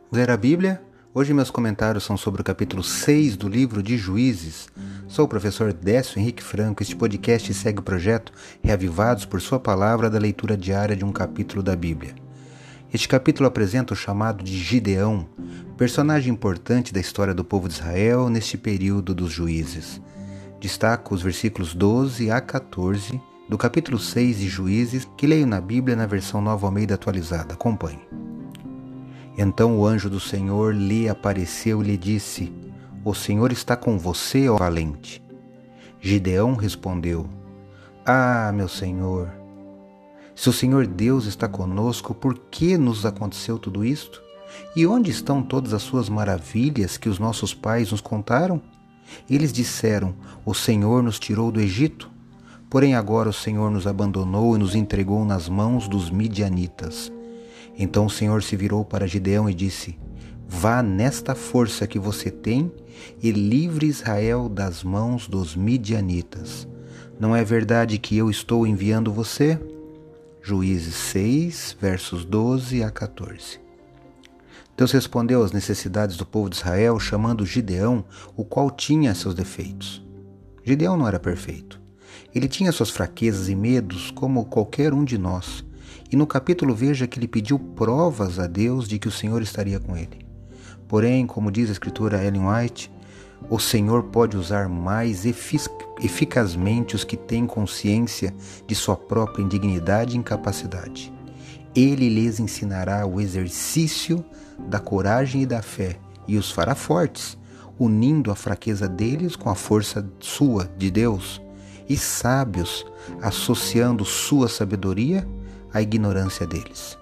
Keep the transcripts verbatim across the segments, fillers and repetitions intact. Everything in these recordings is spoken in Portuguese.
Ler a Bíblia? Hoje meus comentários são sobre o capítulo seis do livro de Juízes. Sou o professor Décio Henrique Franco. Este podcast segue o projeto Reavivados por Sua Palavra da leitura diária de um capítulo da Bíblia. Este capítulo apresenta o chamado de Gideão, personagem importante da história do povo de Israel neste período dos juízes. Destaco os versículos doze a quatorze do capítulo seis de Juízes, que leio na Bíblia na versão Nova Almeida atualizada. Acompanhe. Então o anjo do Senhor lhe apareceu e lhe disse: O Senhor está com você, ó valente. Gideão respondeu: Ah, meu Senhor, se o Senhor Deus está conosco, por que nos aconteceu tudo isto? E onde estão todas as suas maravilhas que os nossos pais nos contaram? Eles disseram: O Senhor nos tirou do Egito. Porém agora o Senhor nos abandonou e nos entregou nas mãos dos midianitas. Então o Senhor se virou para Gideão e disse: Vá nesta força que você tem e livre Israel das mãos dos midianitas. Não é verdade que eu estou enviando você? Juízes seis, versos doze a quatorze. Deus respondeu às necessidades do povo de Israel chamando Gideão, o qual tinha seus defeitos. Gideão não era perfeito. Ele tinha suas fraquezas e medos como qualquer um de nós. E no capítulo veja que ele pediu provas a Deus de que o Senhor estaria com ele. Porém, como diz a escritora Ellen White, o Senhor pode usar mais efic- eficazmente os que têm consciência de sua própria indignidade e incapacidade. Ele lhes ensinará o exercício da coragem e da fé e os fará fortes, unindo a fraqueza deles com a força sua, de Deus, e sábios, associando sua sabedoria à ignorância deles.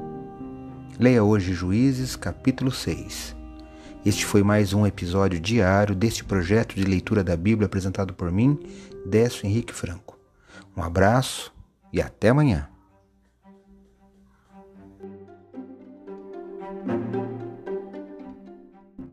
Leia hoje Juízes, capítulo seis. Este foi mais um episódio diário deste projeto de leitura da Bíblia apresentado por mim, Décio Henrique Franco. Um abraço e até amanhã.